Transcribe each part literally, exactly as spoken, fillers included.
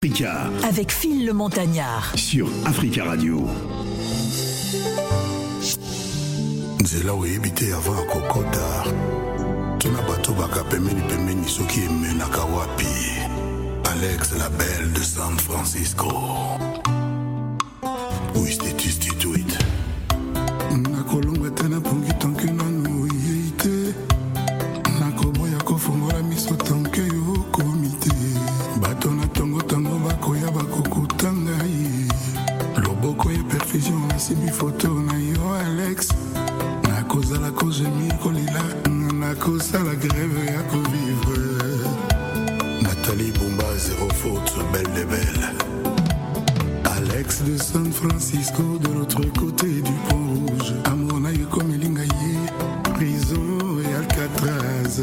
Africa. Avec Phil le Montagnard. Sur Africa Radio. Nzela oyebite avant kokota. Tuna bato baka pemeni pemeni soki emenaka wapi. Alex la belle de San Francisco. Où est-ce tu do it? Nakolonga tena pongi tanke nanu yeite. Nakoboya kofungola miso tanke yo komite. Bato na tongo tango bakoya bakokutanga ye. Loboko ye perfusion nasibi photo na yo Alex. Nakoza la cause mi kolila. Nakoza la grève ya kovivre. Nathalie Bumba, zéro faute, belle de belle. Alex de San Francisco, de l'autre côté du pont rouge. Amonaye comme Elingaye, prison et Alcatraz.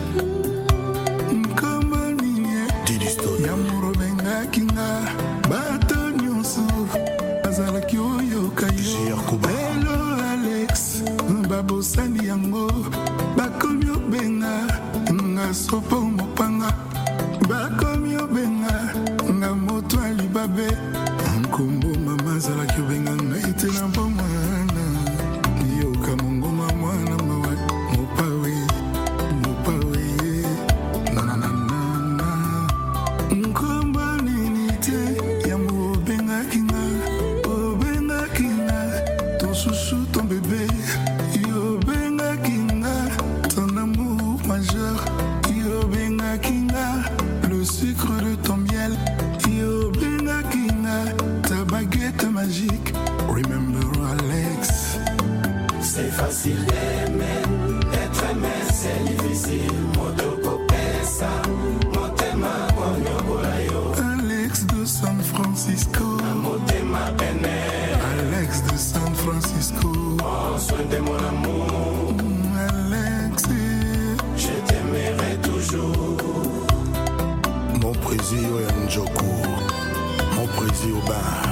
Nkamaniye, Yamuro Benga Kinga, Bato Nyonso, Azalaki Oyo Kayo. Hello Alex, Babo Sani Yango, Bakomyo Benga, Ngasopo Mopanga. Bakomyo Benga, Ngamoto Alibabe. Nkombo mama zala kyobenga ngaite na bomana. Yo kamongo mwana mawa mopawe mopawe na na na na. Nkombo ninite ya mo benga kinga o benga kinga ton chouchou ton bébé. Yo benga kinga ton amour majeur. Yo benga kinga le sucre de ton miel. Yo benga kinga ta baguette magique. Remember Alex. C'est facile d'aimer, d'être aimé c'est difficile. Motoko pesa, motema konyo. Alex de San Francisco. Motema bene. Alex de San Francisco. Prends soin de mon amour. Alex. Je t'aimerai toujours. Mon président Yanjoku. Mon président Oba.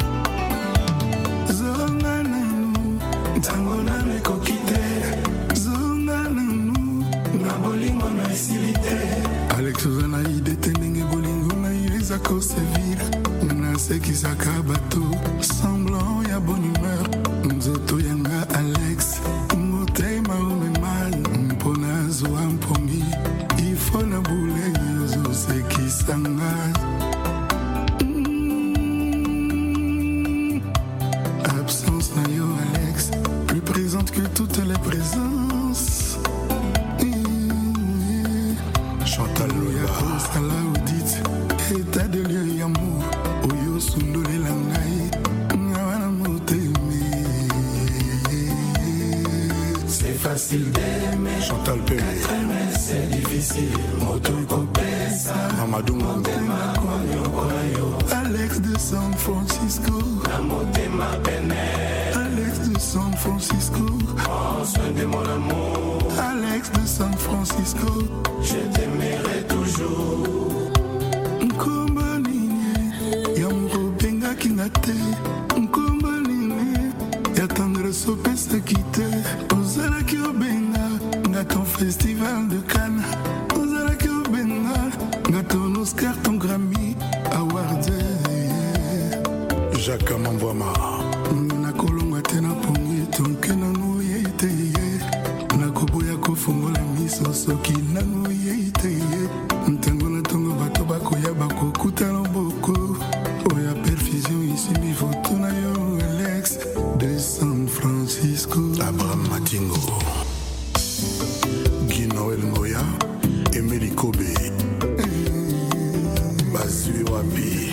Zonga nanu, tango na meko kite. Zonga nanu, na bolingo na esilite. Alex ozana ide tenenge bolingo na yeza kosevira. Na sekisaka bato, semblant ya bonne humeur. Nzoto yanga Alex, motema omema. Mpona zoa mpongi, ifo na bule yozo sekisanga. Que toutes les présences. Chantal Loya, Sala Audit, état de lieu et amour. Oyo Sundole Langai, Nawana Moteme. C'est facile d'aimer. Chantal Péré. Aimer c'est difficile. Motoko pesa. Mamadou Motema konyo. Alex de San Francisco. Motema bene. Alex de San Francisco. Prends soin de mon amour. Alex de San Francisco. Je t'aimerai toujours. Nkomba nini Yamuro benga kingate. Nkomba nini Yatandre sopesa kite. Ozala ki obenga Ngaton festival de Cannes. Ozala ki obenga Ngaton Oscar ton Grammy Award. Jacques Mamboama. Nakolonga tena pongi tonke nanu yeite ye. Nakoboya kofungola miso soki nanu yeite ye. Ntango na tongo bato bakoya bakokuta loboko. Oya perfusion ici mi photo na yo Alex de San Francisco. Abraham Matingo. Guy Noël Ngoya. Emily Kobe. Basui Wapi.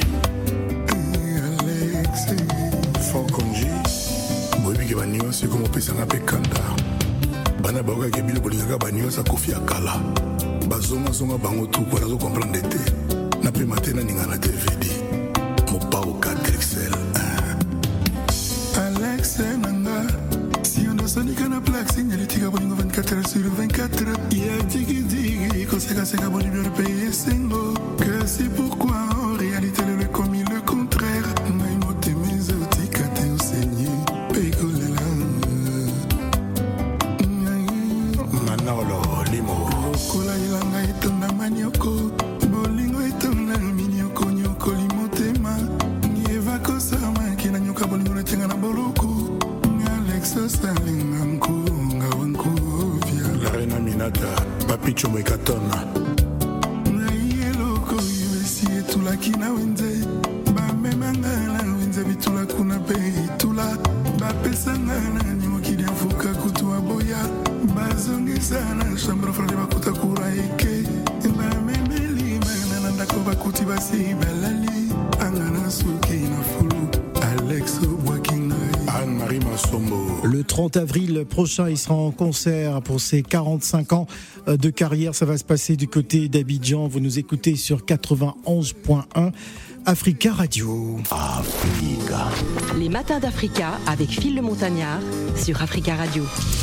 Alex. Fonkonji. Boyebi ke banio se komo pesa na pekanda. Bana baoka ke bilo bolingaka banio sa kofi akala. Bazonga zonga bango tu kwa nazo comprendre te. Na pe matena ningana te vidi. Mo pa o quatre X L. Alex nanga. Si on a soni kana plaque signal tika bolingo vingt-quatre heures sur vingt-quatre. Ya tiki tiki ko seka seka boni bien payer singo. Que c'est pourquoi en réalité le comme il le contraire. Kola ilanga itunda manyoko, bolingo itunda minioko nyoko lima. Michomo Ekatona Nayeloko yesi etula kina wenze ba memanga na wenze bitula kuna pe itula ba pesanga na nyimo kidia fuka kutua boya bazongi sana shambra frade bakuta kuraike ba memeli mana nanda ko bakuti basi balali angana suki na fulu Alex Boaking Anne-Marie Massombo. Le trente avril prochain, il sera en concert pour ses quarante-cinq ans de carrière. Ça va se passer du côté d'Abidjan. Vous nous écoutez sur quatre-vingt-onze point un Africa Radio. Africa. Les matins d'Africa avec Phil le Montagnard sur Africa Radio.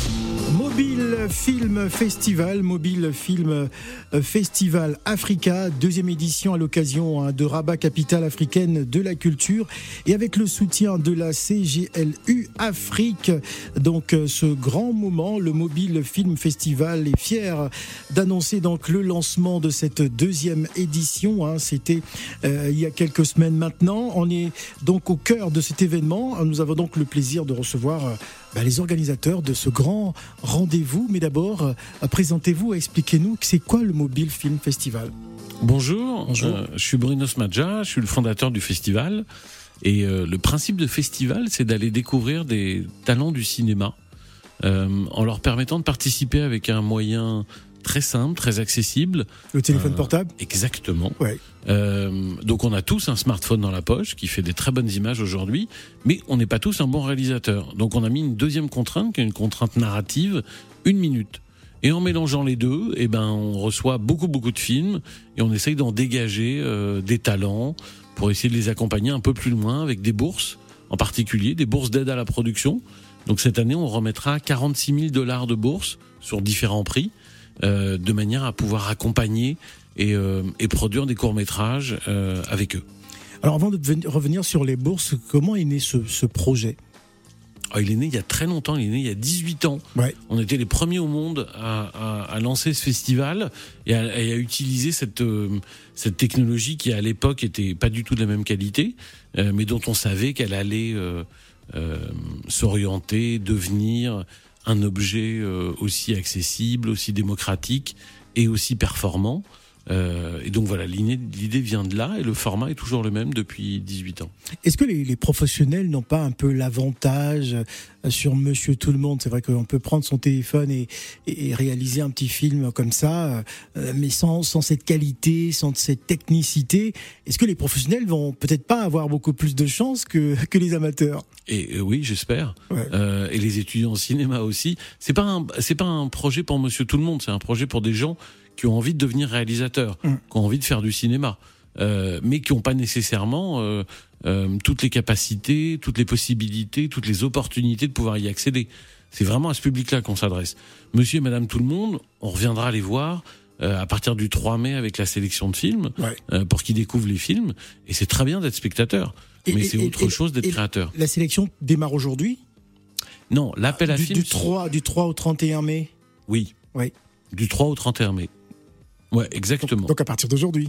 Mobile Film Festival, Mobile Film Festival Africa, deuxième édition à l'occasion hein, de Rabat, capitale africaine de la culture, et avec le soutien de la C G L U Afrique. Donc ce grand moment, le Mobile Film Festival est fier d'annoncer donc le lancement de cette deuxième édition. Hein, c'était euh, il y a quelques semaines maintenant. On est donc au cœur de cet événement. Nous avons donc le plaisir de recevoir euh, bah, les organisateurs de ce grand rendez-vous. Mais d'abord, euh, présentez-vous et expliquez-nous c'est quoi le Mobile Film Festival. Bonjour, Bonjour. Euh, je suis Bruno Smadja, je suis le fondateur du festival. Et euh, le principe de festival, c'est d'aller découvrir des talents du cinéma euh, en leur permettant de participer avec un moyen très simple, très accessible. Le téléphone euh, portable. Exactement. Ouais. Euh, donc on a tous un smartphone dans la poche qui fait des très bonnes images aujourd'hui, mais on n'est pas tous un bon réalisateur. Donc on a mis une deuxième contrainte, qui est une contrainte narrative, une minute. Et en mélangeant les deux, eh ben on reçoit beaucoup beaucoup de films et on essaye d'en dégager euh, des talents pour essayer de les accompagner un peu plus loin avec des bourses, en particulier des bourses d'aide à la production. Donc cette année, on remettra quarante-six mille dollars de bourses sur différents prix, euh, de manière à pouvoir accompagner et, euh, et produire des courts-métrages euh, avec eux. Alors avant de venir- revenir sur les bourses, comment est né ce, ce projet ? Oh, il est né il y a très longtemps, il est né il y a dix-huit ans. Ouais. On était les premiers au monde à, à, à lancer ce festival et à, et à utiliser cette, euh, cette technologie qui à l'époque était pas du tout de la même qualité, euh, mais dont on savait qu'elle allait euh, euh, s'orienter, devenir un objet euh, aussi accessible, aussi démocratique et aussi performant. Euh, et donc voilà, l'idée, l'idée vient de là et le format est toujours le même depuis dix-huit ans. Est-ce que les, les professionnels n'ont pas un peu l'avantage euh, sur Monsieur Tout-le-Monde ? C'est vrai qu'on peut prendre son téléphone et, et, et réaliser un petit film comme ça, euh, mais sans, sans cette qualité, sans cette technicité. Est-ce que les professionnels vont peut-être pas avoir beaucoup plus de chance que, que les amateurs ? Et euh, oui, j'espère. Ouais. Euh, et les étudiants en cinéma aussi. C'est pas un, c'est pas un projet pour Monsieur Tout-le-Monde. C'est un projet pour des gens qui ont envie de devenir réalisateurs, Mmh. qui ont envie de faire du cinéma, euh, mais qui n'ont pas nécessairement euh, euh, toutes les capacités, toutes les possibilités, toutes les opportunités de pouvoir y accéder. C'est vraiment à ce public-là qu'on s'adresse. Monsieur et Madame Tout-le-Monde, on reviendra les voir euh, à partir du trois mai avec la sélection de films, Ouais. euh, pour qu'ils découvrent les films. Et c'est très bien d'être spectateur, Et- mais et- c'est et- autre et- chose d'être et créateur. La sélection démarre aujourd'hui ? Non, l'appel à du, films... du, trois, du trois au trente et un mai ? Oui. Oui. Du trois au trente et un mai. Ouais, exactement. Donc, donc à partir d'aujourd'hui.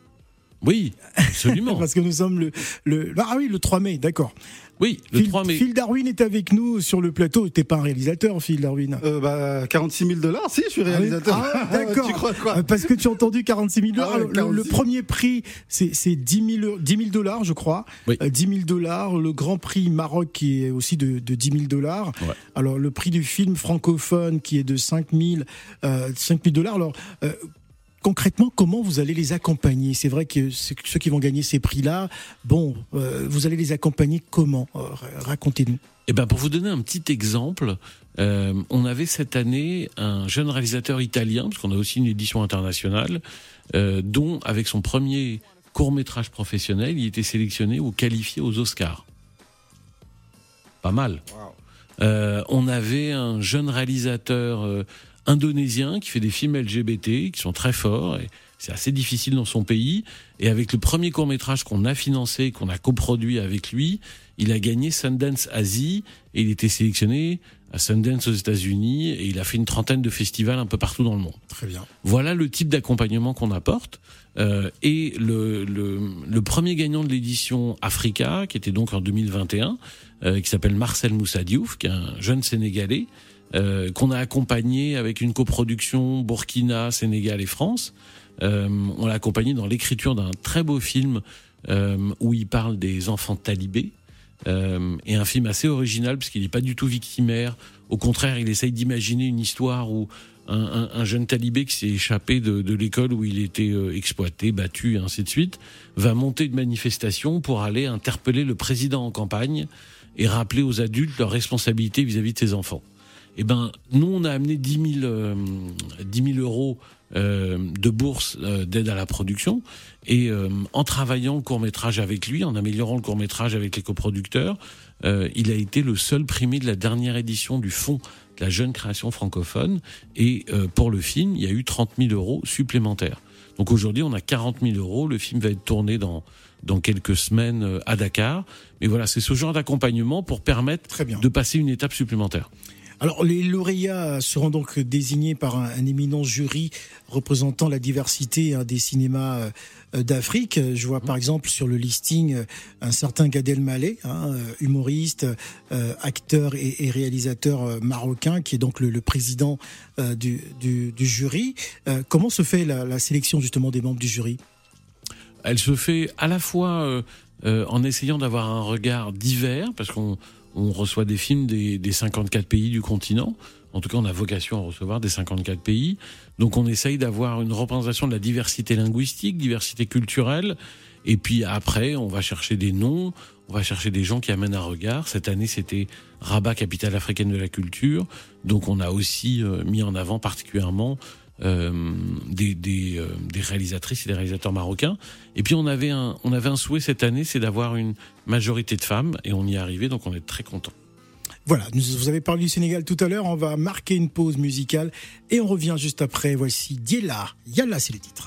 Oui, absolument. Parce que nous sommes le, le ah oui le trois mai, d'accord. Oui, le Phil, trois mai. Phil Darwin est avec nous sur le plateau. T'es pas un réalisateur, Phil Darwin. Euh, bah, quarante-six mille dollars, si, je suis réalisateur. Ah oui, d'accord. Tu crois quoi? Euh, Parce que tu as entendu quarante-six mille dollars. Ah ouais, le, quarante-six. le premier prix, c'est, c'est dix mille dollars, je crois. Oui. Euh, dix mille dollars. Le grand prix Maroc qui est aussi de, de dix mille dollars. Ouais. Alors, le prix du film francophone qui est de cinq mille dollars. Alors, euh, concrètement, comment vous allez les accompagner ? C'est vrai que c'est- ceux qui vont gagner ces prix-là, bon, euh, vous allez les accompagner comment ? Euh, Racontez-nous. Eh ben, pour vous donner un petit exemple, euh, on avait cette année un jeune réalisateur italien, parce qu'on a aussi une édition internationale, euh, dont, avec son premier court-métrage professionnel, il était sélectionné ou qualifié aux Oscars. Pas mal. Euh, on avait un jeune réalisateur euh, indonésien qui fait des films L G B T, qui sont très forts, et c'est assez difficile dans son pays. Et avec le premier court-métrage qu'on a financé, qu'on a coproduit avec lui, il a gagné Sundance Asie, et il était sélectionné à Sundance aux États-Unis, et il a fait une trentaine de festivals un peu partout dans le monde. Très bien. Voilà le type d'accompagnement qu'on apporte. Euh, et le, le, le premier gagnant de l'édition Africa, qui était donc en deux mille vingt et un, euh, qui s'appelle Marcel Moussa Diouf, qui est un jeune Sénégalais, euh, qu'on a accompagné avec une coproduction Burkina, Sénégal et France. Euh, on l'a accompagné dans l'écriture d'un très beau film euh, où il parle des enfants talibés. Euh, et un film assez original parce qu'il n'est pas du tout victimaire. Au contraire, il essaye d'imaginer une histoire où un, un, un jeune talibé qui s'est échappé de, de l'école où il était euh, exploité, battu et ainsi de suite, va monter une manifestation pour aller interpeller le président en campagne et rappeler aux adultes leurs responsabilités vis-à-vis de ses enfants. Eh ben, nous, on a amené dix mille euros euh, de bourse euh, d'aide à la production. Et euh, en travaillant le court-métrage avec lui, en améliorant le court-métrage avec les coproducteurs, euh, il a été le seul primé de la dernière édition du Fonds de la jeune création francophone. Et euh, pour le film, il y a eu trente mille euros supplémentaires. Donc aujourd'hui, on a quarante mille euros. Le film va être tourné dans dans quelques semaines à Dakar. Mais voilà, c'est ce genre d'accompagnement pour permettre de passer une étape supplémentaire. Alors, les lauréats seront donc désignés par un, un éminent jury représentant la diversité hein, des cinémas euh, d'Afrique. Je vois par exemple sur le listing euh, un certain Gad Elmaleh, hein, humoriste, euh, acteur et, et réalisateur euh, marocain, qui est donc le, le président euh, du, du, du jury. Euh, comment se fait la, la sélection justement des membres du jury ? Elle se fait à la fois euh, euh, en essayant d'avoir un regard divers, parce qu'on on reçoit des films des, des cinquante-quatre pays du continent. En tout cas, on a vocation à recevoir des cinquante-quatre pays. Donc, on essaye d'avoir une représentation de la diversité linguistique, diversité culturelle. Et puis après, on va chercher des noms, on va chercher des gens qui amènent un regard. Cette année, c'était Rabat, capitale africaine de la culture. Donc, on a aussi euh, mis en avant particulièrement Euh, des, des, euh, des réalisatrices et des réalisateurs marocains. Et puis on avait un, on avait un souhait cette année, c'est d'avoir une majorité de femmes, et on y est arrivé, donc on est très contents. Voilà, vous avez parlé du Sénégal tout à l'heure, on va marquer une pause musicale et on revient juste après. Voici Diela, Yalla, c'est le titre.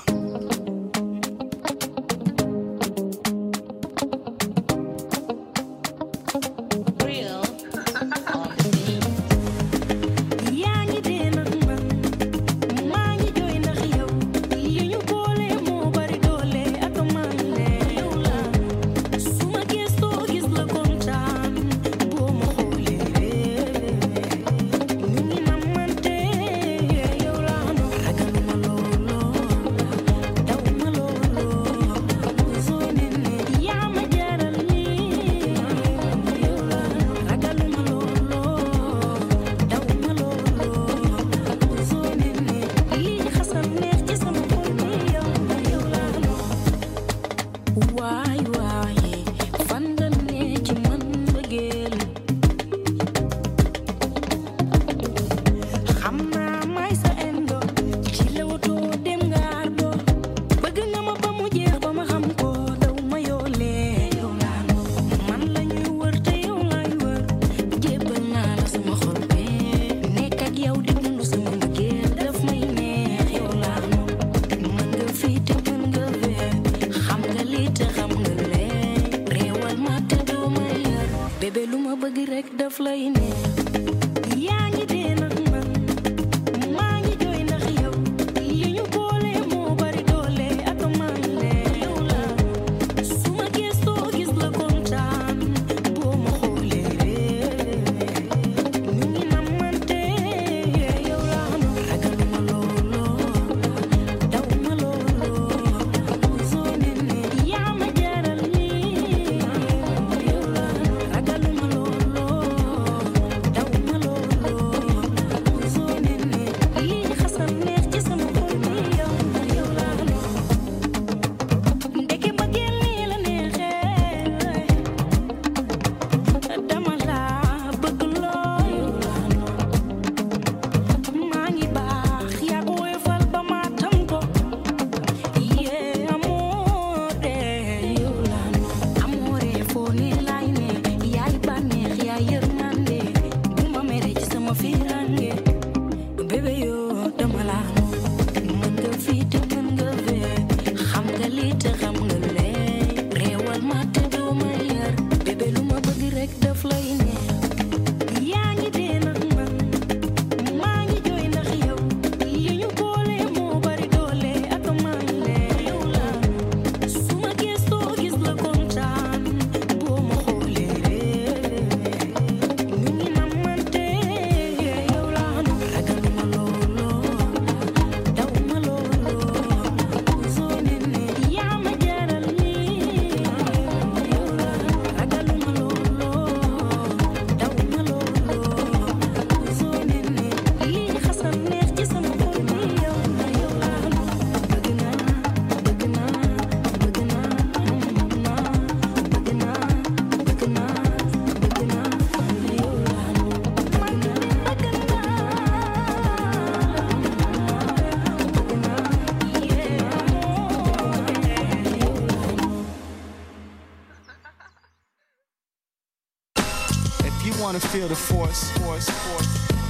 you wanna feel the force, force, force.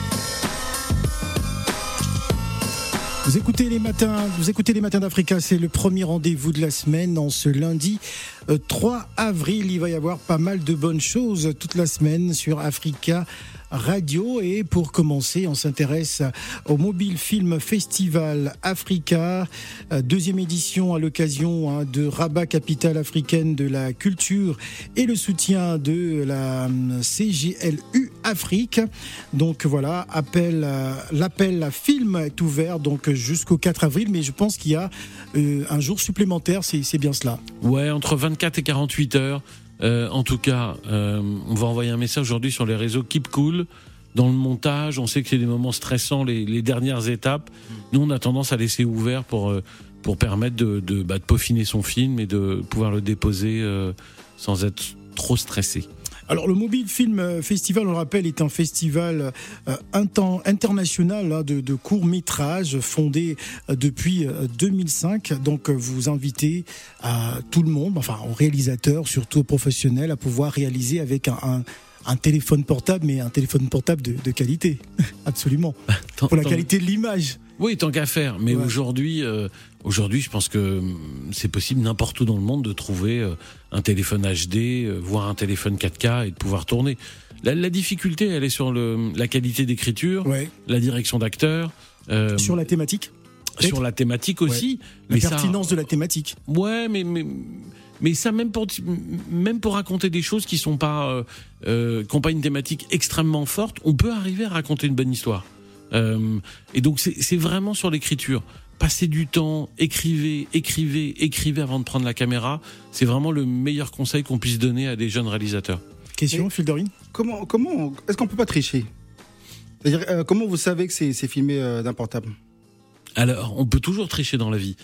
Vous écoutez les matins, vous écoutez les matins d'Africa, c'est le premier rendez-vous de la semaine en ce lundi euh, trois avril. Il va y avoir pas mal de bonnes choses toute la semaine sur Africa Radio. Et pour commencer, on s'intéresse au Mobile Film Festival Africa, euh, deuxième édition à l'occasion hein, de Rabat, capitale africaine de la culture, et le soutien de la euh, C G L U Afrique. Donc voilà, appel, euh, l'appel à film est ouvert donc jusqu'au quatre avril, mais je pense qu'il y a euh, un jour supplémentaire, c'est, c'est bien cela. Ouais, entre vingt-quatre et quarante-huit heures. Euh, en tout cas, euh, on va envoyer un message aujourd'hui sur les réseaux Keep Cool. Dans le montage, on sait que c'est des moments stressants, les, les dernières étapes. Nous, on a tendance à laisser ouvert pour euh, pour permettre de de, bah, de peaufiner son film et de pouvoir le déposer euh, sans être trop stressé. Alors le Mobile Film Festival, on le rappelle, est un festival euh, inter- international hein, de, de courts-métrages fondé euh, depuis euh, deux mille cinq. Donc euh, vous invitez à tout le monde, enfin aux réalisateurs, surtout aux professionnels, à pouvoir réaliser avec un, un, un téléphone portable, mais un téléphone portable de, de qualité, absolument, tant, pour la tant... qualité de l'image. Oui, tant qu'à faire. Mais ouais. aujourd'hui, euh, aujourd'hui, je pense que c'est possible n'importe où dans le monde de trouver euh, un téléphone H D, euh, voire un téléphone quatre K et de pouvoir tourner. La, la difficulté, elle est sur le, la qualité d'écriture, ouais. la direction d'acteur. Euh, sur la thématique peut-être. Sur la thématique aussi. Ouais. La mais pertinence ça, de la thématique. Ouais, mais... mais Mais ça, même pour même pour raconter des choses qui sont pas euh, euh, qui n'ont pas une thématique extrêmement forte, on peut arriver à raconter une bonne histoire. Euh, et donc c'est, c'est vraiment sur l'écriture. Passez du temps, écrivez, écrivez, écrivez avant de prendre la caméra. C'est vraiment le meilleur conseil qu'on puisse donner à des jeunes réalisateurs. Question, Phil Dorine. Comment, comment, est-ce qu'on peut pas tricher ? C'est-à-dire, euh, comment vous savez que c'est, c'est filmé euh, d'un portable ? Alors, on peut toujours tricher dans la vie.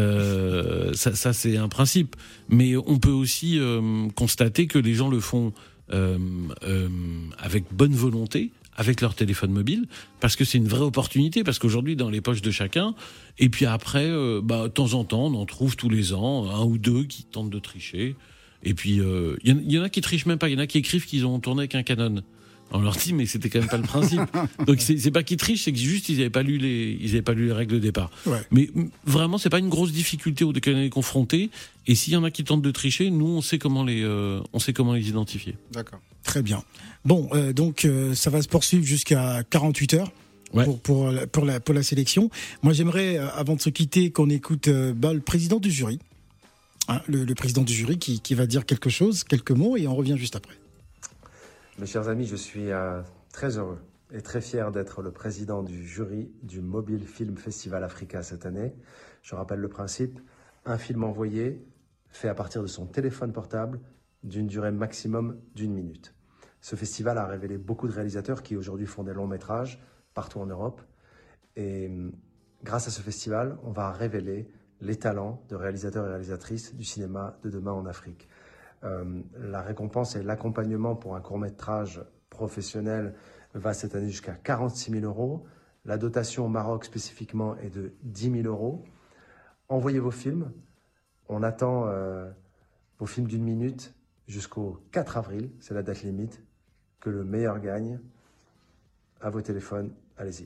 Euh, ça, ça, c'est un principe. Mais on peut aussi euh, constater que les gens le font euh, euh, avec bonne volonté, avec leur téléphone mobile, parce que c'est une vraie opportunité, parce qu'aujourd'hui, dans les poches de chacun, et puis après, euh, bah, de temps en temps, on en trouve tous les ans, un ou deux qui tentent de tricher. Et puis, il euh, y, y en a qui trichent même pas, il y en a qui écrivent qu'ils ont tourné avec un Canon. On leur dit, mais c'était quand même pas le principe. Donc c'est, c'est pas qu'ils trichent, c'est que juste ils avaient pas lu les, ils avaient pas lu les règles de départ. Ouais. Mais vraiment, c'est pas une grosse difficulté auquel on est confronté. Et s'il y en a qui tentent de tricher, nous on sait comment les, euh, on sait comment les identifier. D'accord. Très bien. Bon, euh, donc euh, ça va se poursuivre jusqu'à quarante-huit heures. Ouais. Pour, pour, pour, la, pour la sélection. Moi, j'aimerais, euh, avant de se quitter, qu'on écoute euh, bah, le président du jury. Hein, le, le président du jury qui, qui va dire quelque chose, quelques mots, et on revient juste après. Mes chers amis, je suis euh, très heureux et très fier d'être le président du jury du Mobile Film Festival Africa cette année. Je rappelle le principe, un film envoyé fait à partir de son téléphone portable d'une durée maximum d'une minute. Ce festival a révélé beaucoup de réalisateurs qui aujourd'hui font des longs métrages partout en Europe. Et grâce à ce festival, on va révéler les talents de réalisateurs et réalisatrices du cinéma de demain en Afrique. Euh, la récompense et l'accompagnement pour un court-métrage professionnel va cette année jusqu'à quarante-six mille euros. La dotation au Maroc spécifiquement est de dix mille euros. Envoyez vos films. On attend euh, vos films d'une minute jusqu'au quatre avril. C'est la date limite. Que le meilleur gagne. À vos téléphones, allez-y.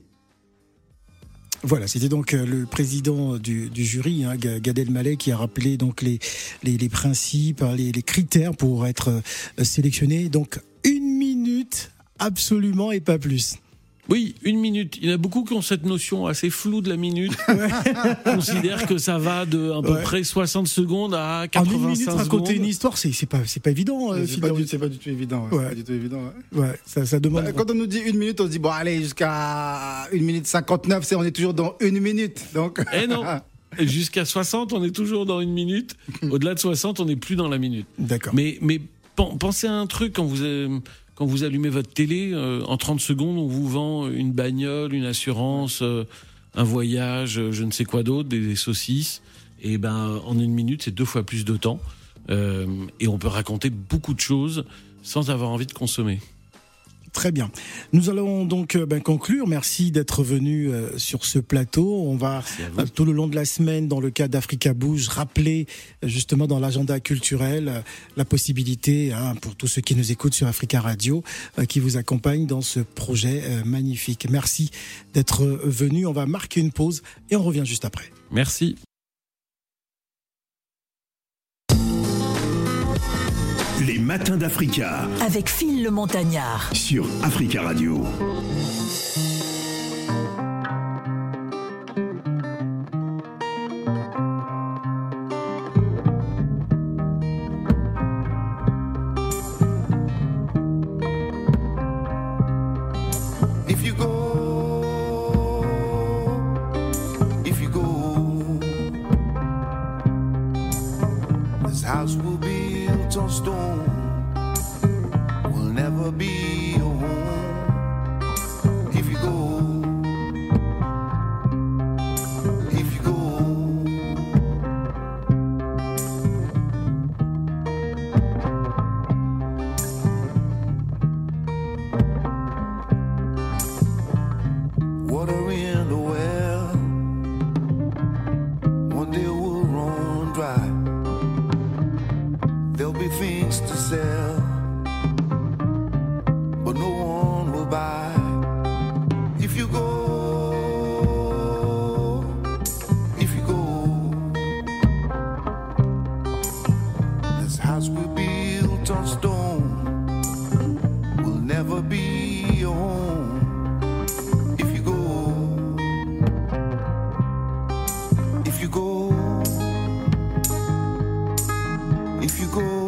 Voilà, c'était donc le président du, du jury, hein, Gad Elmaleh, qui a rappelé donc les, les, les principes, les, les critères pour être sélectionné. Donc une minute absolument et pas plus. Oui, une minute. Il y en a beaucoup qui ont cette notion assez floue de la minute. Ouais. Considèrent que ça va de à peu ouais. près soixante secondes à quatre-vingt-cinq secondes. En une minute, raconter secondes. une histoire, c'est, c'est, pas, c'est pas évident. C'est, c'est, pas du, c'est pas du tout évident. Ouais. Ouais. C'est pas du tout évident. Ouais. Ouais, ça, ça demande. Bah, quand on nous dit une minute, on se dit, bon, allez, jusqu'à une minute cinquante-neuf, c'est, on est toujours dans une minute. Donc... Eh non. Jusqu'à soixante, on est toujours dans une minute. Au-delà de soixante, on n'est plus dans la minute. D'accord. Mais, mais pensez à un truc quand vous avez... Quand vous allumez votre télé, euh, en trente secondes, on vous vend une bagnole, une assurance, euh, un voyage, euh, je ne sais quoi d'autre, des, des saucisses. Et ben, en une minute, c'est deux fois plus de temps. Euh, et on peut raconter beaucoup de choses sans avoir envie de consommer. Très bien. Nous allons donc ben, conclure. Merci d'être venu euh, sur ce plateau. On va euh, tout le long de la semaine, dans le cadre d'Africa Bouge, rappeler euh, justement dans l'agenda culturel euh, la possibilité hein, pour tous ceux qui nous écoutent sur Africa Radio, euh, qui vous accompagnent dans ce projet euh, magnifique. Merci d'être venu. On va marquer une pause et on revient juste après. Merci. Les matins d'Africa. Avec Phil le Montagnard. Sur Africa Radio. If you go, if you go, this house will be built on stone. Will never be your home. If you go, if you go, water in the well, one day will run dry. There'll be things to sell, but no one will buy. If you go, if you go, this house will be built on stone, will never be your home. If you go, if you go, if you go,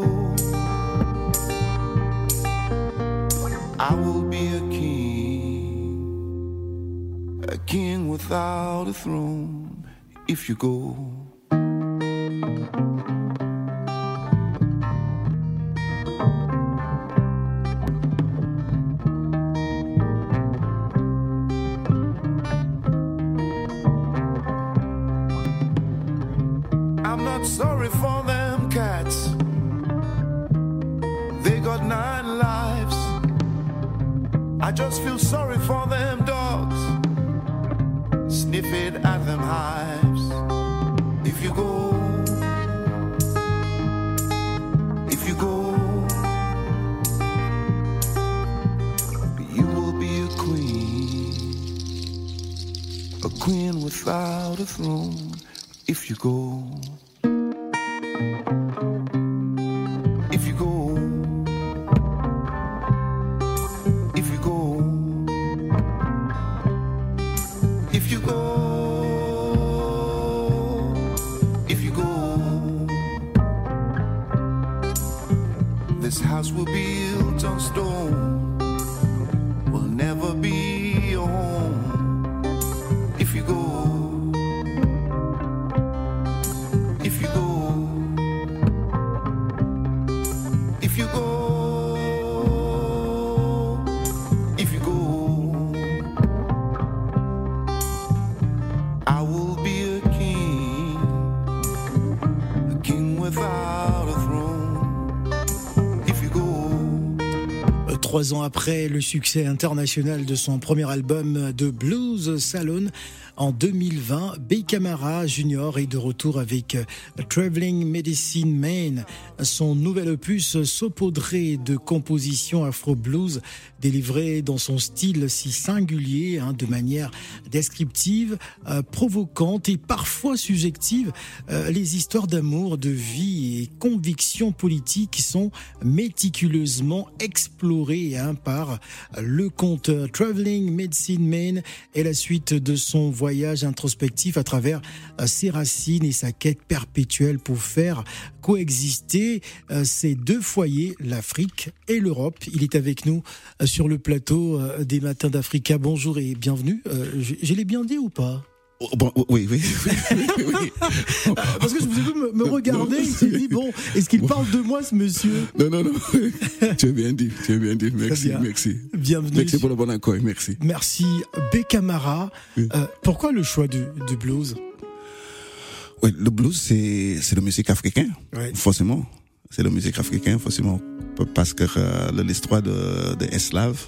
I will be a king, a king without a throne. If you go, I'm not sorry for them cats. They got nine lives. I just feel sorry for them dogs, sniffing at them hives. If you go, if you go, you will be a queen, a queen without a throne. If you go, if you go, if you go, if you go, if you go, this house will be built on stone, will never be your home. If you go, if you go, if you go, if you go, I will be a king, a king without a throne. If you go. Trois ans après le succès international de son premier album The Blues Salon, en deux mille vingt, Bey Camara Junior est de retour avec Traveling Medicine Man. Son nouvel opus saupoudré de compositions afro-blues délivrées dans son style si singulier, hein, de manière descriptive, euh, provocante et parfois subjective. Euh, les histoires d'amour, de vie et convictions politiques sont méticuleusement explorées hein, par le conteur. Traveling Medicine Man est la suite de son voyage voyage introspectif à travers euh, ses racines et sa quête perpétuelle pour faire coexister euh, ces deux foyers, l'Afrique et l'Europe. Il est avec nous euh, sur le plateau euh, des Matins d'Africa. Bonjour et bienvenue. Euh, je, je l'ai bien dit ou pas ? Oh, bon, oui, oui, oui, oui, oui. Parce que je vous ai vu me, me regarder, il s'est dit, bon, est-ce qu'il parle de moi, ce monsieur ? Non, non, non, tu as bien dit, tu as bien dit, merci, bien. merci. Bienvenue. Merci pour le bon accueil, merci. Merci. Bey Camara, oui. euh, pourquoi le choix du, du blues ? Oui, le blues, c'est, c'est la musique africaine, ouais. forcément. C'est la musique africaine, forcément, parce que euh, l'histoire de, de esclaves,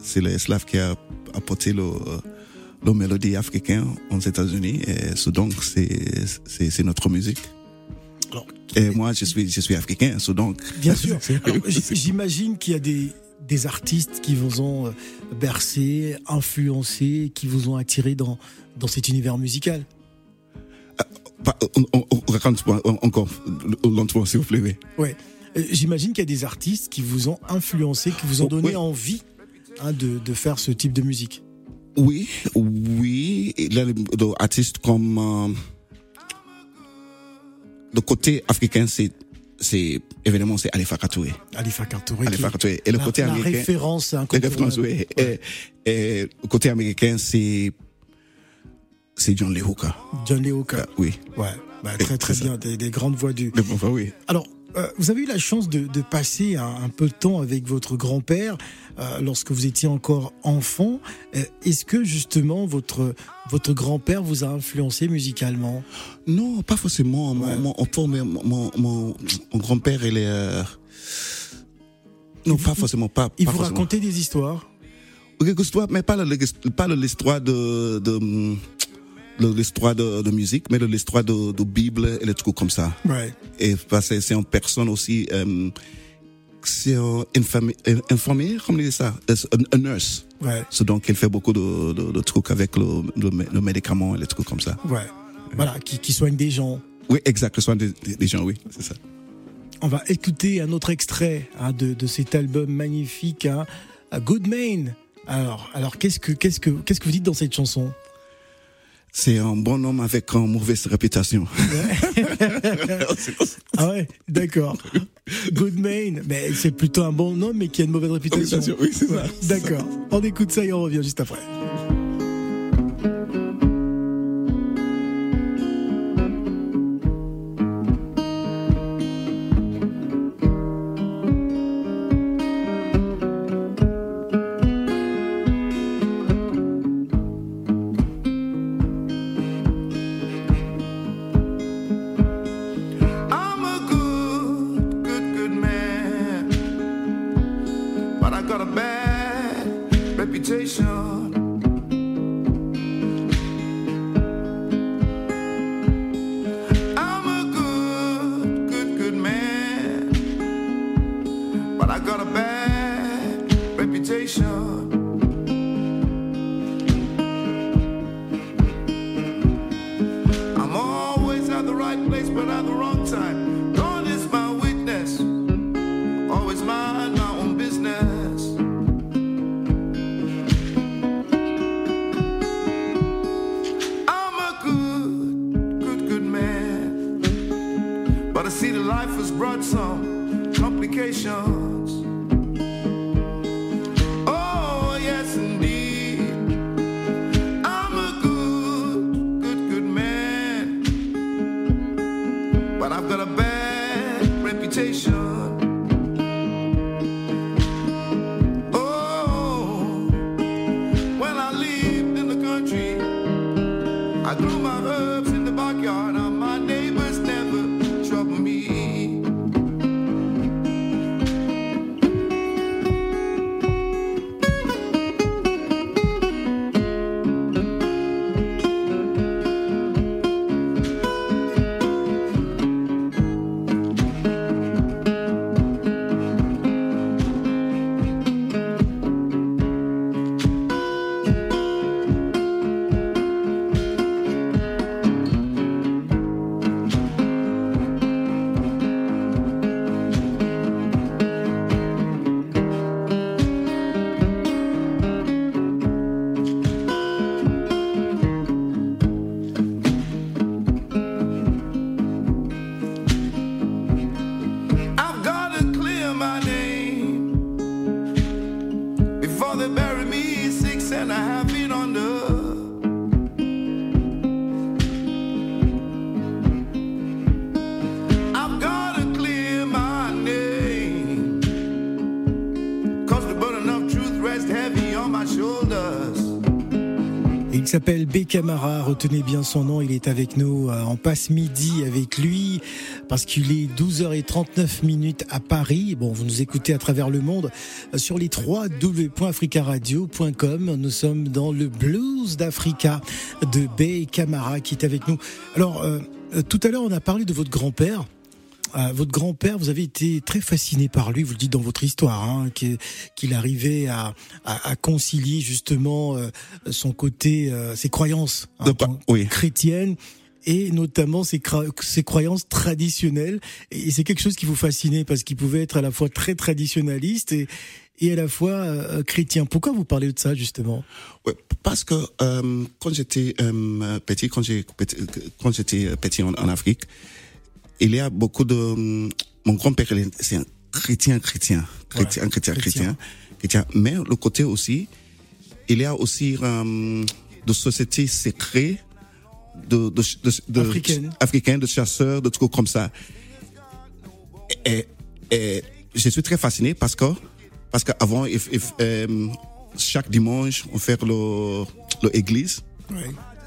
c'est l'esclave qui a apporté le, le mélodie africaine aux États-Unis. Et so donc, c'est, c'est, c'est notre musique. Alors, et moi, je suis, je suis africain, so donc. Bien sûr. Alors, j'imagine qu'il y a des, des artistes qui vous ont bercé, influencé, qui vous ont attiré dans, dans cet univers musical. On, on, on raconte encore lentement, s'il vous plaît. Oui. Ouais. J'imagine qu'il y a des artistes qui vous ont influencé, qui vous ont donné oui. envie hein, de, de faire ce type de musique. Oui, oui. Il y a des artistes comme euh, le côté africain, c'est c'est évidemment c'est Alpha Katouré. Alpha Katouré. Alpha Katouré. Et le la, côté la américain. Référence, hein, la référence, oui. Ouais. Et, et le côté américain, c'est c'est John Lee Hooker. John Lee Hooker. Euh, oui. Ouais. Bah, très très bien. Des, des grandes voix du. Des voix, oui. Alors. Euh, vous avez eu la chance de, de passer un, un peu de temps avec votre grand-père euh, lorsque vous étiez encore enfant. Euh, est-ce que justement votre votre grand-père vous a influencé musicalement? Non, pas forcément. Ouais. Mon, mon, mon, mon, mon, mon grand-père, il est euh... non, il pas vous, forcément. Pas. Il pas vous forcément. racontait des histoires? Des histoires, mais pas, le, pas l'histoire de, de l'histoire de, de musique, mais l'histoire de, de Bible et les trucs comme ça. Ouais. Et parce que c'est une personne aussi, euh, c'est une infirmière, infirmière, comment on dit ça, un nurse. Ouais. So donc, il fait beaucoup de, de, de trucs avec le, le, le médicament et les trucs comme ça. Ouais. ouais. Voilà, qui, qui soigne des gens. Oui, exact, qui soigne des, des, des gens, oui, c'est ça. On va écouter un autre extrait hein, de, de cet album magnifique, hein, Good Man. Alors, alors qu'est-ce que, qu'est-ce que, qu'est-ce que vous dites dans cette chanson? C'est un bon homme avec une mauvaise réputation. Ouais. Ah ouais, d'accord. Good Man, mais c'est plutôt un bon homme mais qui a une mauvaise réputation. Oui, c'est ça. D'accord. On écoute ça et on revient juste après. s'appelle B. Camara, retenez bien son nom, il est avec nous euh, en passe midi avec lui parce qu'il est douze heures trente-neuf minutes à Paris. Bon, vous nous écoutez à travers le monde euh, sur les w w w point africa radio point com. Nous sommes dans le blues d'Africa de B. Camara qui est avec nous. Alors, euh, tout à l'heure, on a parlé de votre grand-père. Euh, votre grand-père, vous avez été très fasciné par lui, vous le dites dans votre histoire, hein, qu'il arrivait à, à, à concilier justement euh, son côté, euh, ses croyances hein, pas, oui. chrétiennes et notamment ses, ses croyances traditionnelles. Et c'est quelque chose qui vous fascinait parce qu'il pouvait être à la fois très traditionnaliste et, et à la fois euh, chrétien. Pourquoi vous parlez de ça justement ? Ouais, parce que euh, quand j'étais euh, petit, quand j'ai quand j'étais petit en, en Afrique. Il y a beaucoup de... Mon grand-père, c'est un chrétien, chrétien, chrétien, ouais, chrétien, chrétien, chrétien. Mais le côté aussi, il y a aussi euh, de sociétés secrètes, de, de, de, de africaines, africaines, de chasseurs, de trucs comme ça. Et, et je suis très fasciné parce que, parce qu'avant, if, if, euh, chaque dimanche, on fait le, le église. Ouais.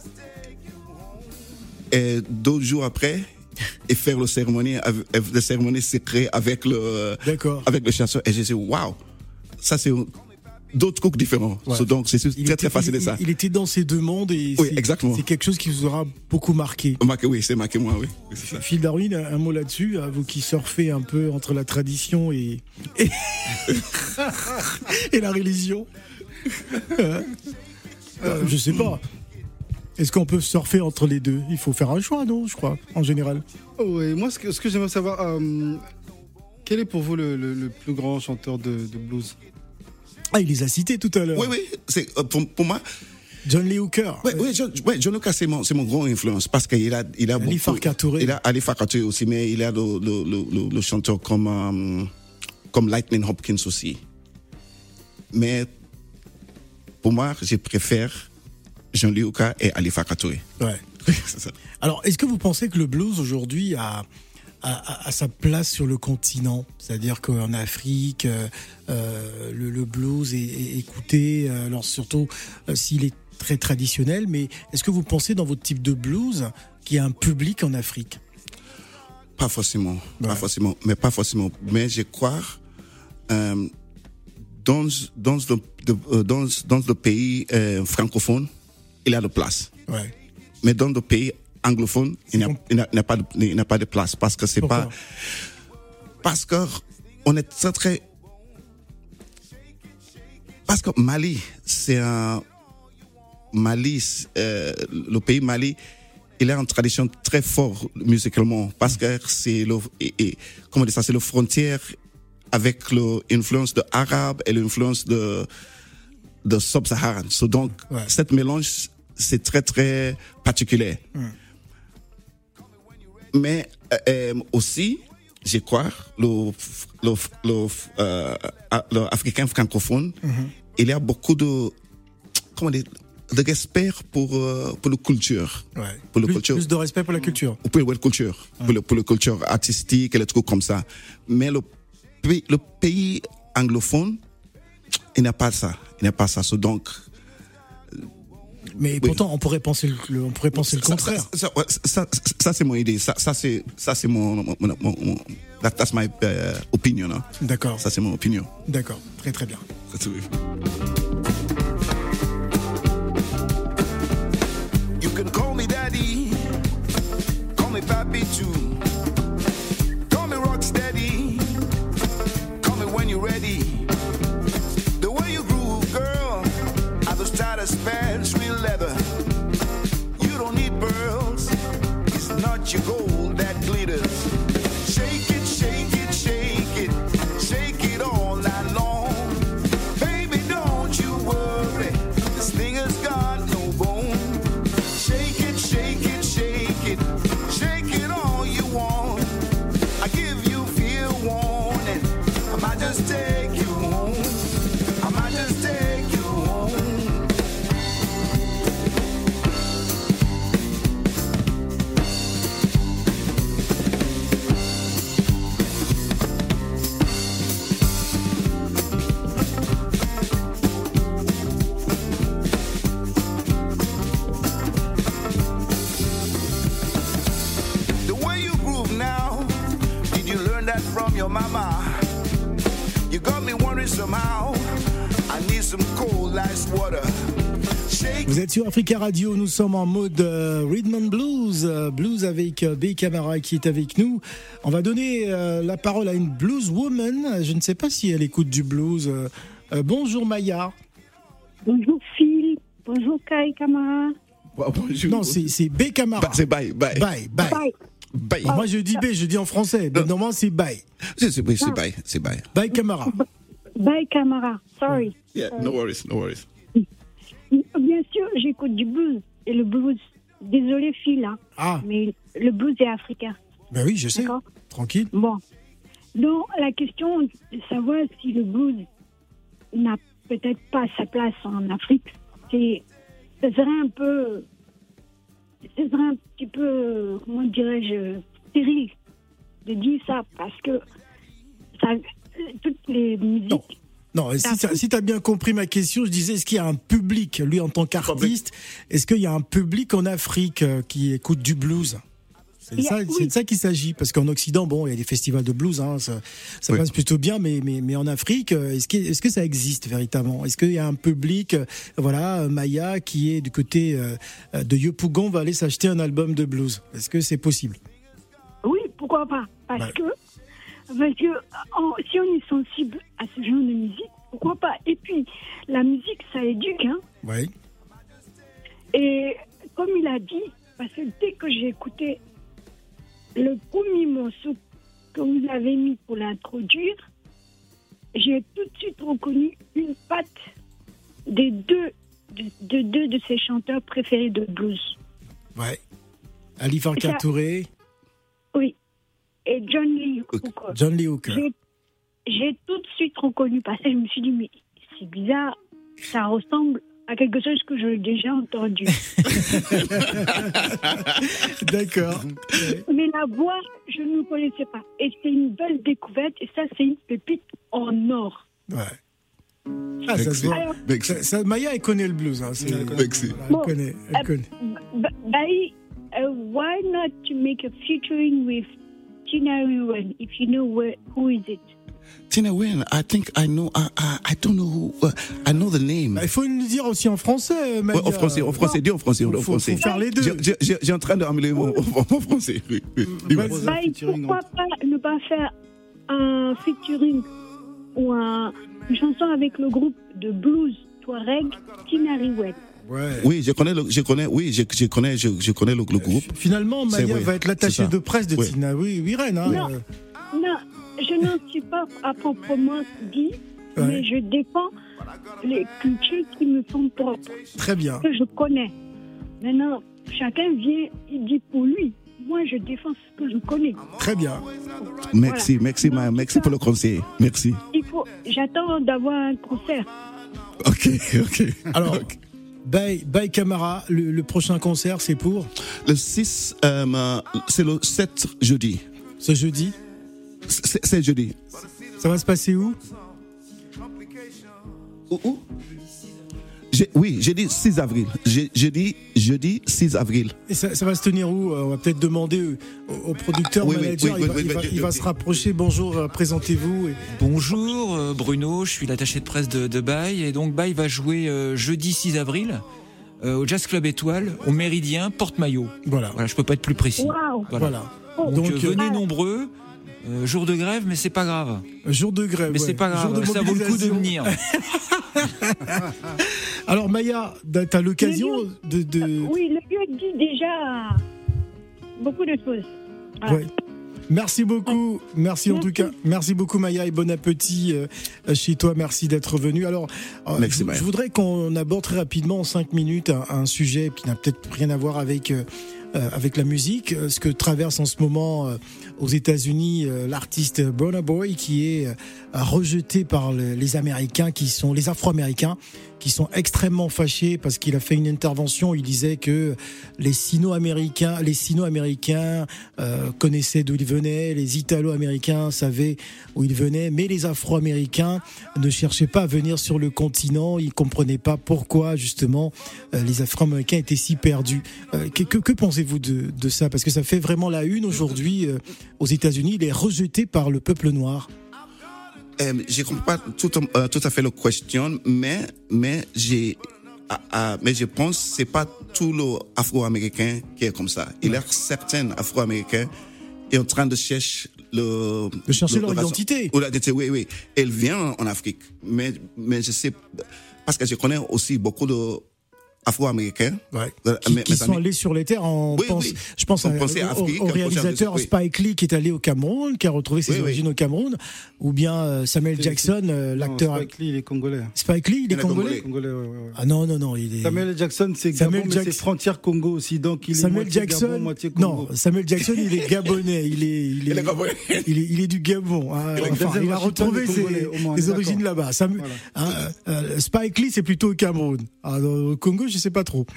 Et deux jours après, et faire le cérémonie, la cérémonie secrète avec le, D'accord. avec le chasseur. Et j'ai dit, waouh, ça c'est d'autres trucs différents. Ouais. So, donc, c'est très, était, très facile de ça. Il était dans ces deux mondes et oui, c'est, exactement. c'est quelque chose qui vous aura beaucoup marqué. Marqué, oui, c'est marqué moi, oui. oui c'est ça. Phil Darwin, un mot là-dessus, vous qui surfez un peu entre la tradition et, et, et la religion. euh, je sais pas. Est-ce qu'on peut surfer entre les deux ? Il faut faire un choix, non, je crois, en général. Oui, moi, ce que, ce que j'aimerais savoir, euh, quel est pour vous le, le, le plus grand chanteur de, de blues ? Ah, il les a cités tout à l'heure. Oui, oui, c'est, euh, pour, pour moi... John Lee Hooker. Oui, ouais, John, ouais, John Hooker, c'est mon, c'est mon grand influence, parce qu'il a, il a Ali beaucoup... Farka Touré. Il a Ali Farka Touré aussi, mais il a le, le, le, le chanteur comme, euh, comme Lightning Hopkins aussi. Mais, pour moi, je préfère... John Lee Hooker et Ali Farka Touré. Ouais. C'est ça. Alors, est-ce que vous pensez que le blues aujourd'hui a, a, a sa place sur le continent ? C'est-à-dire qu'en Afrique, euh, le, le blues est, est écouté, alors surtout euh, s'il est très traditionnel, mais est-ce que vous pensez dans votre type de blues qu'il y a un public en Afrique ? Pas forcément, ouais. pas forcément, mais pas forcément. Mais je crois euh, dans dans le dans dans le pays euh, francophone, il y a de place. Ouais. Mais dans le pays anglophone, il n'y a, il n'y a pas de, il n'y a pas de place parce que c'est Pourquoi ? pas parce que on est très très parce que Mali, c'est un Mali, euh, le pays Mali, il a une tradition très forte musicalement parce que c'est le et, et, comment dire ça, c'est la frontière avec l'influence de arabe et l'influence de de sub-saharan. So, donc, ouais. cette mélange, c'est très, très particulier. Mm. Mais euh, aussi, je crois, le, le, le, euh, le africain francophone, mm-hmm. il y a beaucoup de, comment dire, de respect pour, euh, pour la culture. Ouais. Pour la plus, culture. Plus de respect pour la culture. Pour la culture. Mm. Pour, le, pour la culture artistique et les trucs comme ça. Mais le, le pays anglophone, il n'y a pas ça. Il n'y a pas ça. So, donc, mais oui. Pourtant, on pourrait penser le, on pourrait penser ça, le contraire. Ça, ça, ça, ça, ça c'est mon idée. Ça, ça c'est, ça c'est mon, mon, mon, mon that's my uh, opinion. Hein. D'accord. Ça c'est mon opinion. D'accord. Très très bien. You can call me daddy, call me papi too. Call me rock steady, call me when you're ready. The way you groove, girl, I was tired of spans, real leather. You don't need pearls, it's not your gold that glitters. Shake it, shake it, shake it, shake it all night long. Baby, don't you worry, this thing has got no bone. Shake it, shake it, shake it, shake it all you want. I give you fear warning, I might just take you home. I might just take you home. worry somehow. I need some cold ice water. Vous êtes sur Africa Radio, nous sommes en mode euh, Rhythm and Blues, euh, blues avec euh, Bey Camara qui est avec nous. On va donner euh, la parole à une blues woman, je ne sais pas si elle écoute du blues. Euh, euh, bonjour Maya. Bonjour Phil, bonjour Kai Camara. Wow, bonjour. Non, c'est, c'est Bey Camara. Bah, c'est Bye, Bye. Bye, Bye. Bye. Bye. Oh, moi je dis Bey, je dis en français, mais normalement c'est Bye. C'est, c'est, c'est Bye, c'est Bye. Bey Camara. Bye Camara, sorry. Yeah, no worries, no worries. Bien sûr, j'écoute du blues. Et le blues, désolé Phil, hein, ah. mais le blues est africain. Ben oui, je sais. D'accord. Tranquille. Bon. Donc, la question de savoir si le blues n'a peut-être pas sa place en Afrique, c'est, ce serait un peu, ce serait un petit peu, comment dirais-je, stérile de dire ça, parce que ça, toutes les musiques... Non. Non, si, si tu as bien compris ma question, je disais, est-ce qu'il y a un public, lui en tant qu'artiste, est-ce qu'il y a un public en Afrique euh, qui écoute du blues ? C'est de ça, oui. c'est de ça qu'il s'agit, parce qu'en Occident, bon, il y a des festivals de blues, hein, ça, ça oui. passe plutôt bien, mais, mais, mais en Afrique, est-ce que, est-ce que ça existe véritablement ? Est-ce qu'il y a un public, euh, voilà, Maya, qui est du côté euh, de Yopougon, va aller s'acheter un album de blues ? Est-ce que c'est possible ? Oui, pourquoi pas ? Parce ouais. que Parce que en, si on est sensible à ce genre de musique, pourquoi pas ? Et puis, la musique, ça éduque. Hein. Oui. Et comme il a dit, parce que dès que j'ai écouté le premier morceau que vous avez mis pour l'introduire, j'ai tout de suite reconnu une patte des deux de, de deux de ses chanteurs préférés de blues. Ouais. Ali Farka Touré. Oui. Et John Lee Hooker. John Lee Hooker. J'ai, j'ai tout de suite reconnu parce que je me suis dit, mais c'est bizarre, ça ressemble à quelque chose que j'ai déjà entendu. D'accord. Mais la voix, je ne connaissais pas. Et c'est une belle découverte, et ça, c'est une pépite en or. Ouais. Ah, ça se voit. Alors, ça, ça, Maya, elle connaît le blues. Hein, c'est, elle, elle, bon, elle connaît. Elle uh, connaît. By, uh, why not to make a featuring with Tina Wen, if you know where, who is it? Tina Wen, I think I know, I, I, I don't know who, uh, I know the name. Bah, il faut le dire aussi en français, Maya. Ouais, en français, en français, dis en français, en français. Il faut faire les deux. J'ai, j'ai, j'ai en train de ramener mon en français. Oui, oui. Bah, bah, pourquoi pas ne pas faire un featuring ou un, une chanson avec le groupe de blues Touareg, Tina Wen. Ouais. Oui, je connais, le, je connais, oui, je, je connais, je, je connais le, le groupe. Finalement, Maya c'est, va oui, être l'attachée de presse de oui. Tina oui, Wen. Hein, non, euh... non, je n'en suis pas à proprement dit, ouais. mais je défends les cultures qui me sont propres. Très bien. Que je connais. Maintenant, chacun vient, il dit pour lui. Moi, je défends ce que je connais. Très bien. Merci, voilà. merci, ma, merci pour le conseil. Merci. Il faut, j'attends d'avoir un concert. Ok, ok. Alors. Okay. Bey, Bey Camara, le, le prochain concert, c'est pour ? Le six, euh, c'est le sept jeudi. Ce jeudi ? c'est, c'est jeudi. Ça va se passer où ? Où, où ? J'ai, oui, jeudi six avril. J'ai, jeudi, jeudi six avril. Et ça, ça va se tenir où ? On va peut-être demander au, au producteur, ah, oui, manager, oui, oui, il, va, oui, il, va, oui, il va se rapprocher. Bonjour, euh, présentez-vous. Et... Bonjour, euh, Bruno, je suis l'attaché de presse de, de Bey. Et donc Bey va jouer euh, jeudi six avril euh, au Jazz Club Étoile, au Méridien, Porte-Maillot. Voilà. Voilà, je peux pas être plus précis. Wow. Voilà. voilà. Donc, donc euh, venez nombreux. Euh, jour de grève, mais c'est pas grave. Jour de grève, mais ouais. c'est pas grave. Ça vaut le coup de venir. Alors Maya, t'as l'occasion de, de... Oui, le lieu dit déjà beaucoup de choses. Voilà. Ouais. Merci beaucoup, merci, merci en tout cas, merci beaucoup Maya et bon appétit euh, chez toi, merci d'être venu. Alors, euh, merci, je, je voudrais qu'on aborde très rapidement en cinq minutes un, un sujet qui n'a peut-être rien à voir avec euh, avec la musique, ce que traverse en ce moment euh, aux États-Unis euh, l'artiste Burna Boy, qui est euh, rejeté par le, les Américains, qui sont les Afro-Américains, qui sont extrêmement fâchés parce qu'il a fait une intervention. Il disait que les Sino-Américains, les Sino-Américains euh, connaissaient d'où ils venaient, les Italo-Américains savaient où ils venaient, mais les Afro-Américains ne cherchaient pas à venir sur le continent. Ils comprenaient pas pourquoi justement euh, les Afro-Américains étaient si perdus. Euh, que, que, que pensez-vous de, de ça ? Parce que ça fait vraiment la une aujourd'hui euh, aux États-Unis. Il est rejeté par le peuple noir. euh, je comprends pas tout, euh, tout à fait la question, mais, mais j'ai, ah, ah, mais je pense que c'est pas tout l'Afro-Américain qui est comme ça. Il y a certains Afro-Américains qui sont en train de chercher le, de chercher le, leur le identité. Ou l'identité, oui, oui. Elle vient en Afrique, mais, mais je sais, parce que je connais aussi beaucoup de Afro-Américains, ouais. euh, qui, mes, qui mes sont amis. allés sur les terres. En oui, pense, oui. Je pense à, Afrique, au, au réalisateur oui. Spike Lee qui est allé au Cameroun, qui a retrouvé ses oui, origines oui. au Cameroun, ou bien euh, Samuel Jackson, euh, l'acteur. Spike Lee, il est congolais. Spike Lee, il est congolais. congolais ouais, ouais, ouais. Ah non, non, non. Il est... Samuel Jackson, c'est Samuel Gabon, Jackson... mais c'est frontière Congo aussi. Donc il est Samuel moitié Jackson, Gabon, moitié Congo. non, Samuel Jackson, il est gabonais, il est, il est, il est, il est, il est du Gabon. Hein, enfin, il a retrouvé ses, ses origines là-bas. Sam... Voilà. Hein, euh, Spike Lee, c'est plutôt au Cameroun. Ah, au Congo, je sais pas trop.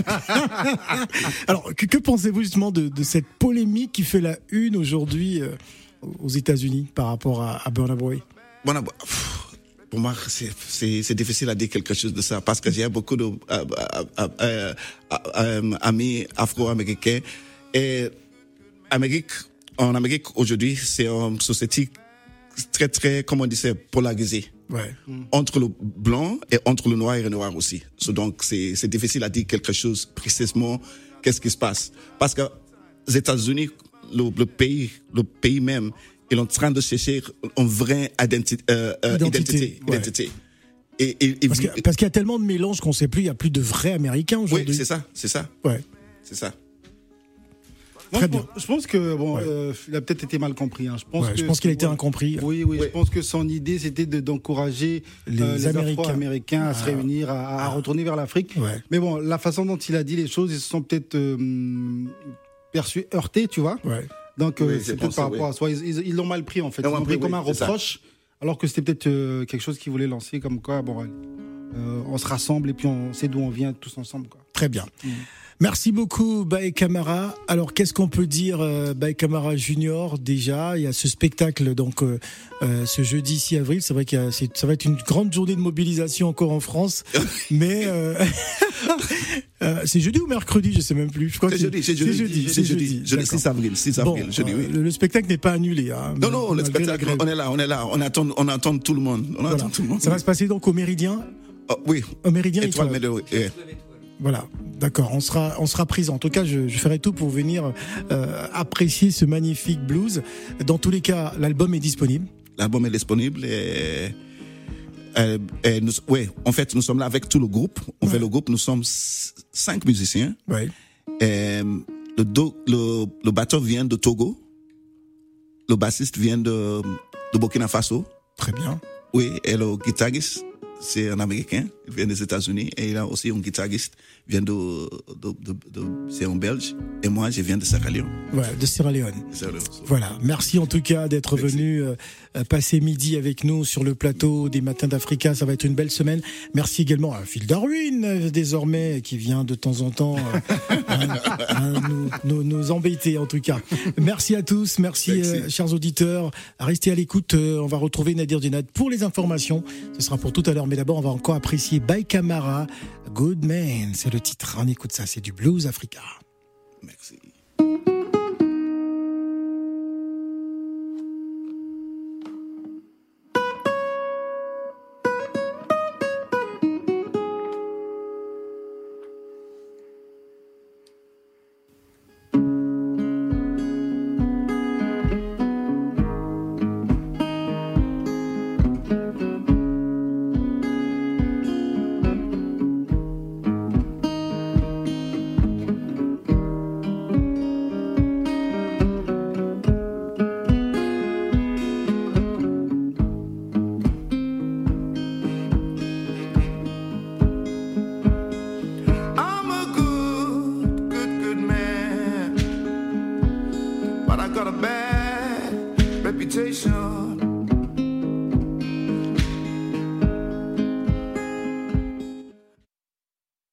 Alors, que, que pensez-vous justement de, de cette polémique qui fait la une aujourd'hui euh, aux États-Unis par rapport à, à Burna Boy? Bon, pour moi, c'est, c'est, c'est difficile à dire quelque chose de ça parce que j'ai beaucoup de euh, euh, euh, euh, amis afro-américains et Amérique, en Amérique aujourd'hui, c'est une société très très, comment on dit, c'est polarisée. Ouais. Entre le blanc et entre le noir et le noir aussi. So, donc, c'est, c'est difficile à dire quelque chose précisément, qu'est-ce qui se passe. Parce que les États-Unis, le, le pays, le pays même, ils sont en train de chercher une vraie identi- euh, euh, identité. identité, ouais. identité. Et, et, et parce, que, parce qu'il y a tellement de mélanges qu'on ne sait plus, il n'y a plus de vrais Américains aujourd'hui. Oui, c'est ça, c'est ça. Ouais. C'est ça. Moi, Très je, bien. Pense, je pense que bon, ouais. euh, il a peut-être été mal compris. Hein. Je pense, ouais, que, je pense qu'il a été ouais, incompris. Oui, oui, ouais. Je pense que son idée, c'était de, d'encourager les, euh, les Américains. Afro-Américains à ah. se réunir, à, à ah. retourner vers l'Afrique. Ouais. Mais bon, la façon dont il a dit les choses, ils se sont peut-être euh, perçus heurtés, tu vois. Ouais. Donc, euh, oui, c'est peut-être par rapport oui. à soi. Ils, ils, ils l'ont mal pris, en fait. Ils l'ont pris comme un reproche, alors que c'était peut-être euh, quelque chose qu'ils voulaient lancer, comme quoi, bon, euh, on se rassemble et puis on sait d'où on vient tous ensemble, quoi. Très bien. Mmh. Merci beaucoup, Bae Camara. Alors, qu'est-ce qu'on peut dire, euh, Bae Camara Junior, déjà? Il y a ce spectacle, donc, euh, euh, ce jeudi six avril. C'est vrai qu'il y a, c'est, ça va être une grande journée de mobilisation encore en France. mais, euh, euh, c'est jeudi ou mercredi? Je sais même plus. Je crois c'est, que jeudi, c'est, c'est jeudi. C'est jeudi. Jeudi six avril. six avril. Bon, jeudi, oui. le, le spectacle n'est pas annulé, hein. Non, non, le spectacle, on est là, on est là. On attend, on attend tout le monde. On voilà. attend tout le monde. Ça va se passer donc au Méridien? Oh, oui. Au Méridien Étoile, Étoile. Médor, yeah. Voilà, d'accord, on sera, on sera présent. En tout cas, je, je ferai tout pour venir euh, apprécier ce magnifique blues. Dans tous les cas, l'album est disponible. L'album est disponible et, et, et nous, ouais, en fait, nous sommes là avec tout le groupe. On ouais. fait le groupe, nous sommes cinq musiciens. Ouais. Et le, do, le, le batteur vient de Togo. Le bassiste vient de, de Burkina Faso. Très bien. Oui, et le guitariste, c'est un Américain, il vient des États-Unis, et il a aussi un guitariste, il vient de, de, de, de c'est un Belge, et moi, je viens de Sierra Leone. Voilà, de Sierra Leone. Sierra Leone. Voilà, merci en tout cas d'être merci. venu euh, passer midi avec nous sur le plateau des Matins d'Africa, ça va être une belle semaine. Merci également à Phil Darwin, euh, désormais, qui vient de temps en temps euh, hein, hein, nous, nous, nous embêter en tout cas. Merci à tous, merci, merci. Euh, chers auditeurs, restez à l'écoute, euh, on va retrouver Nadir Djenad pour les informations, ce sera pour tout à l'heure. Mais d'abord, on va encore apprécier Bae Camara, Good Man, c'est le titre. On écoute ça, c'est du Blues Africa. Merci.